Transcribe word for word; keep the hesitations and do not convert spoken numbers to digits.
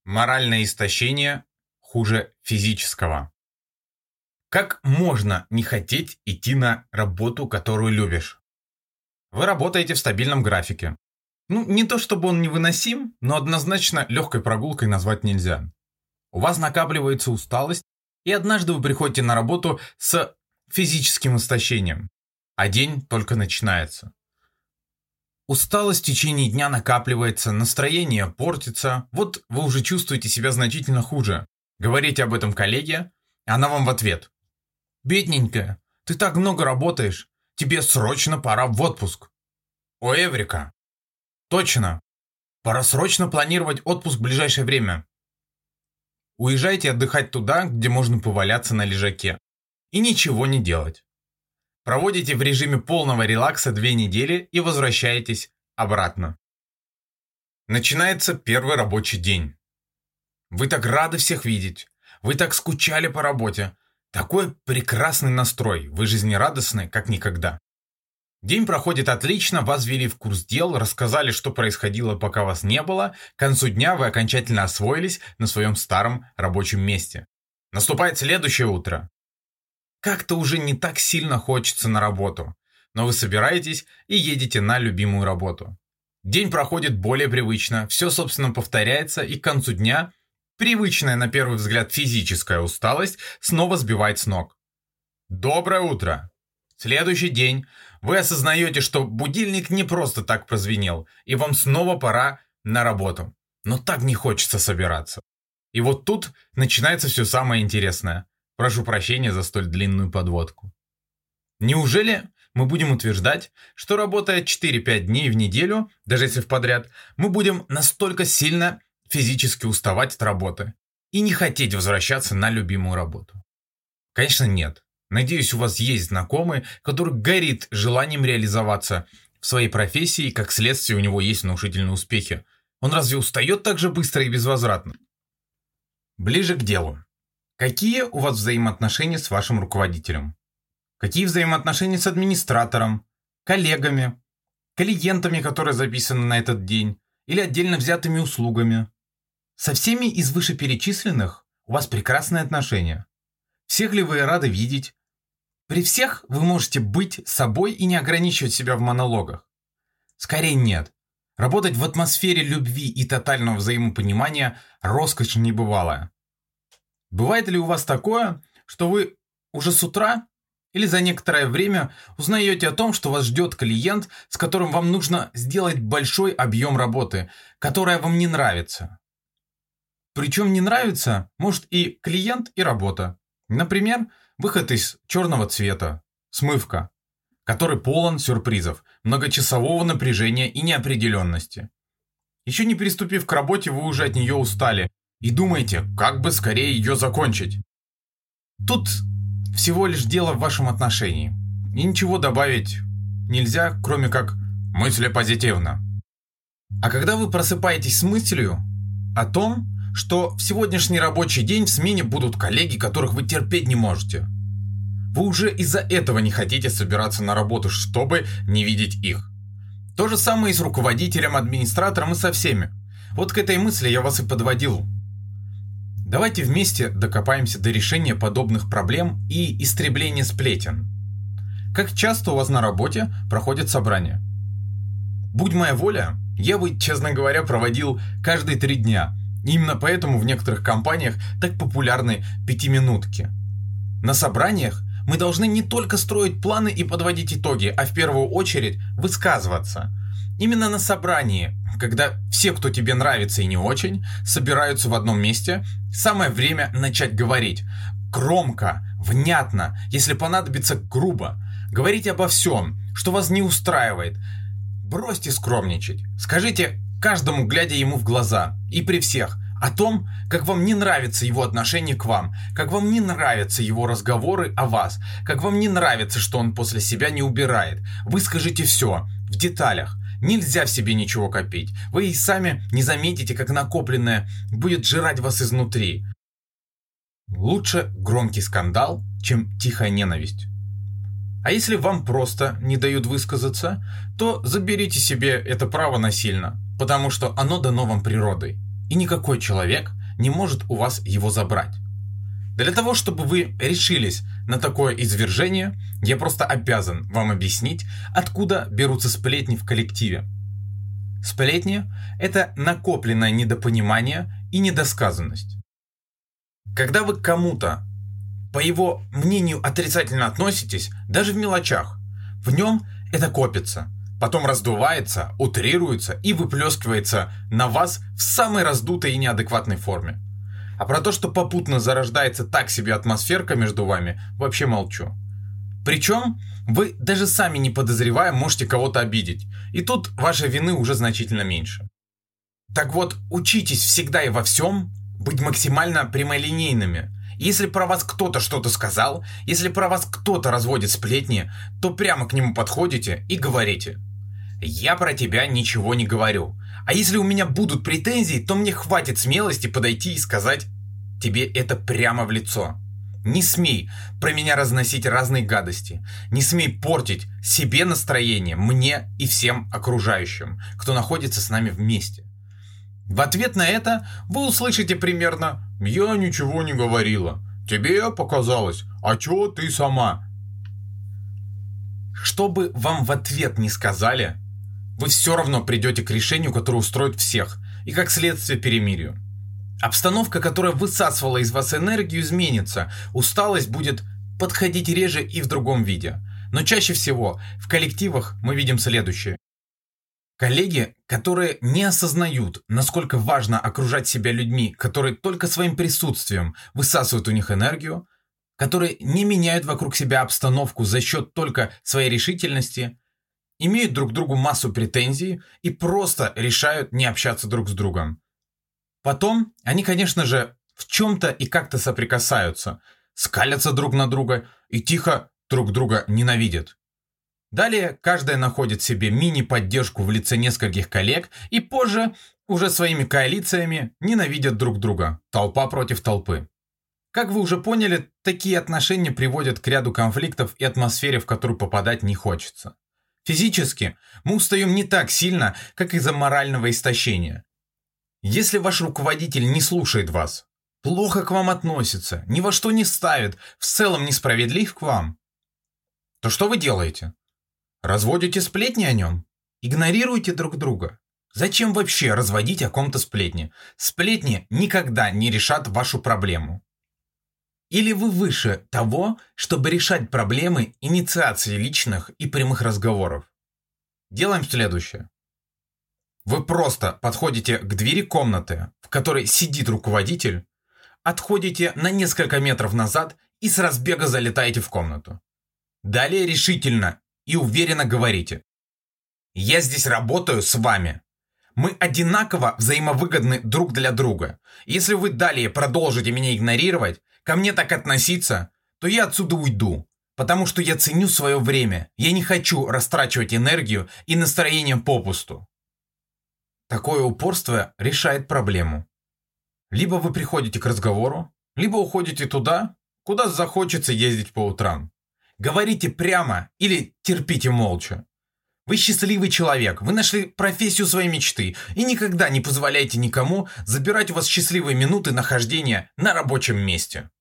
Моральное истощение хуже физического. Как можно не хотеть идти на работу, которую любишь? Вы работаете в стабильном графике. Ну, не то чтобы он невыносим, но однозначно легкой прогулкой назвать нельзя. У вас накапливается усталость, и однажды вы приходите на работу с физическим истощением, а день только начинается. Усталость в течение дня накапливается, настроение портится, вот вы уже чувствуете себя значительно хуже. Говорите об этом коллеге, она вам в ответ: «Бедненькая, ты так много работаешь, тебе срочно пора в отпуск». О, Эврика! Точно! Пора срочно планировать отпуск в ближайшее время. Уезжайте отдыхать туда, где можно поваляться на лежаке. И ничего не делать. Проводите в режиме полного релакса две недели и возвращаетесь обратно. Начинается первый рабочий день. Вы так рады всех видеть. Вы так скучали по работе. Такой прекрасный настрой. Вы жизнерадостны, как никогда. День проходит отлично, вас ввели в курс дел, рассказали, что происходило, пока вас не было. К концу дня вы окончательно освоились на своем старом рабочем месте. Наступает следующее утро. Как-то уже не так сильно хочется на работу, но вы собираетесь и едете на любимую работу. День проходит более привычно, все, собственно, повторяется, и к концу дня привычная на первый взгляд физическая усталость снова сбивает с ног. Доброе утро! Следующий день. Вы осознаете, что будильник не просто так прозвенел, и вам снова пора на работу. Но так не хочется собираться. И вот тут начинается все самое интересное. Прошу прощения за столь длинную подводку. Неужели мы будем утверждать, что работая четыре-пять дней в неделю, даже если в подряд, мы будем настолько сильно физически уставать от работы и не хотеть возвращаться на любимую работу? Конечно, нет. Надеюсь, у вас есть знакомый, который горит желанием реализоваться в своей профессии, и как следствие у него есть внушительные успехи. Он разве устает так же быстро и безвозвратно? Ближе к делу. Какие у вас взаимоотношения с вашим руководителем? Какие взаимоотношения с администратором, коллегами, клиентами, которые записаны на этот день, или отдельно взятыми услугами? Со всеми из вышеперечисленных у вас прекрасные отношения. Всех ли вы рады видеть? При всех вы можете быть собой и не ограничивать себя в монологах? Скорее нет. Работать в атмосфере любви и тотального взаимопонимания – роскошь небывалая. Бывает ли у вас такое, что вы уже с утра или за некоторое время узнаете о том, что вас ждет клиент, с которым вам нужно сделать большой объем работы, которая вам не нравится? Причем не нравится может и клиент, и работа. Например, выход из черного цвета, смывка, который полон сюрпризов, многочасового напряжения и неопределенности. Еще не приступив к работе, вы уже от нее устали и думаете, как бы скорее ее закончить. Тут всего лишь дело в вашем отношении. И ничего добавить нельзя, кроме как мысли позитивно. А когда вы просыпаетесь с мыслью о том, что в сегодняшний рабочий день в смене будут коллеги, которых вы терпеть не можете, вы уже из-за этого не хотите собираться на работу, чтобы не видеть их. То же самое и с руководителем, администратором и со всеми. Вот к этой мысли я вас и подводил. Давайте вместе докопаемся до решения подобных проблем и истребления сплетен. Как часто у вас на работе проходят собрания? Будь моя воля, я бы, честно говоря, проводил каждые три дня. Именно поэтому в некоторых компаниях так популярны пятиминутки. На собраниях мы должны не только строить планы и подводить итоги, а в первую очередь высказываться. Именно на собрании, когда все, кто тебе нравится и не очень, собираются в одном месте, самое время начать говорить. Громко, внятно, если понадобится грубо. Говорите обо всем, что вас не устраивает. Бросьте скромничать. Скажите каждому, глядя ему в глаза, и при всех, о том, как вам не нравится его отношение к вам, как вам не нравятся его разговоры о вас, как вам не нравится, что он после себя не убирает. Вы скажите все, в деталях. Нельзя в себе ничего копить. Вы и сами не заметите, как накопленное будет жрать вас изнутри. Лучше громкий скандал, чем тихая ненависть. А если вам просто не дают высказаться, то заберите себе это право насильно, потому что оно дано вам природой. И никакой человек не может у вас его забрать. Для того, чтобы вы решились на такое извержение, я просто обязан вам объяснить, откуда берутся сплетни в коллективе. Сплетни – это накопленное недопонимание и недосказанность. Когда вы к кому-то, по его мнению, отрицательно относитесь, даже в мелочах, в нем это копится, потом раздувается, утрируется и выплескивается на вас в самой раздутой и неадекватной форме. А про то, что попутно зарождается так себе атмосферка между вами, вообще молчу. Причем вы даже сами не подозревая можете кого-то обидеть, и тут вашей вины уже значительно меньше. Так вот, учитесь всегда и во всем быть максимально прямолинейными. Если про вас кто-то что-то сказал, если про вас кто-то разводит сплетни, то прямо к нему подходите и говорите: «Я про тебя ничего не говорю. А если у меня будут претензии, то мне хватит смелости подойти и сказать тебе это прямо в лицо. Не смей про меня разносить разные гадости. Не смей портить себе настроение, мне и всем окружающим, кто находится с нами вместе». В ответ на это вы услышите примерно: «Я ничего не говорила. Тебе показалось. А чё ты сама?» Что бы вам в ответ не сказали, вы все равно придете к решению, которое устроит всех, и как следствие перемирию. Обстановка, которая высасывала из вас энергию, изменится, усталость будет подходить реже и в другом виде. Но чаще всего в коллективах мы видим следующее. Коллеги, которые не осознают, насколько важно окружать себя людьми, которые только своим присутствием высасывают у них энергию, которые не меняют вокруг себя обстановку за счет только своей решительности, имеют друг к другу массу претензий и просто решают не общаться друг с другом. Потом они, конечно же, в чем-то и как-то соприкасаются, скалятся друг на друга и тихо друг друга ненавидят. Далее каждая находит себе мини-поддержку в лице нескольких коллег и позже уже своими коалициями ненавидят друг друга, толпа против толпы. Как вы уже поняли, такие отношения приводят к ряду конфликтов и атмосфере, в которую попадать не хочется. Физически мы устаем не так сильно, как из-за морального истощения. Если ваш руководитель не слушает вас, плохо к вам относится, ни во что не ставит, в целом несправедлив к вам, то что вы делаете? Разводите сплетни о нем? Игнорируете друг друга? Зачем вообще разводить о ком-то сплетни? Сплетни никогда не решат вашу проблему. Или вы выше того, чтобы решать проблемы инициации личных и прямых разговоров? Делаем следующее. Вы просто подходите к двери комнаты, в которой сидит руководитель, отходите на несколько метров назад и с разбега залетаете в комнату. Далее решительно и уверенно говорите: «Я здесь работаю с вами. Мы одинаково взаимовыгодны друг для друга. Если вы далее продолжите меня игнорировать, ко мне так относиться, то я отсюда уйду, потому что я ценю свое время. Я не хочу растрачивать энергию и настроение попусту». Такое упорство решает проблему. Либо вы приходите к разговору, либо уходите туда, куда захочется ездить по утрам. Говорите прямо или терпите молча. Вы счастливый человек, вы нашли профессию своей мечты и никогда не позволяйте никому забирать у вас счастливые минуты нахождения на рабочем месте.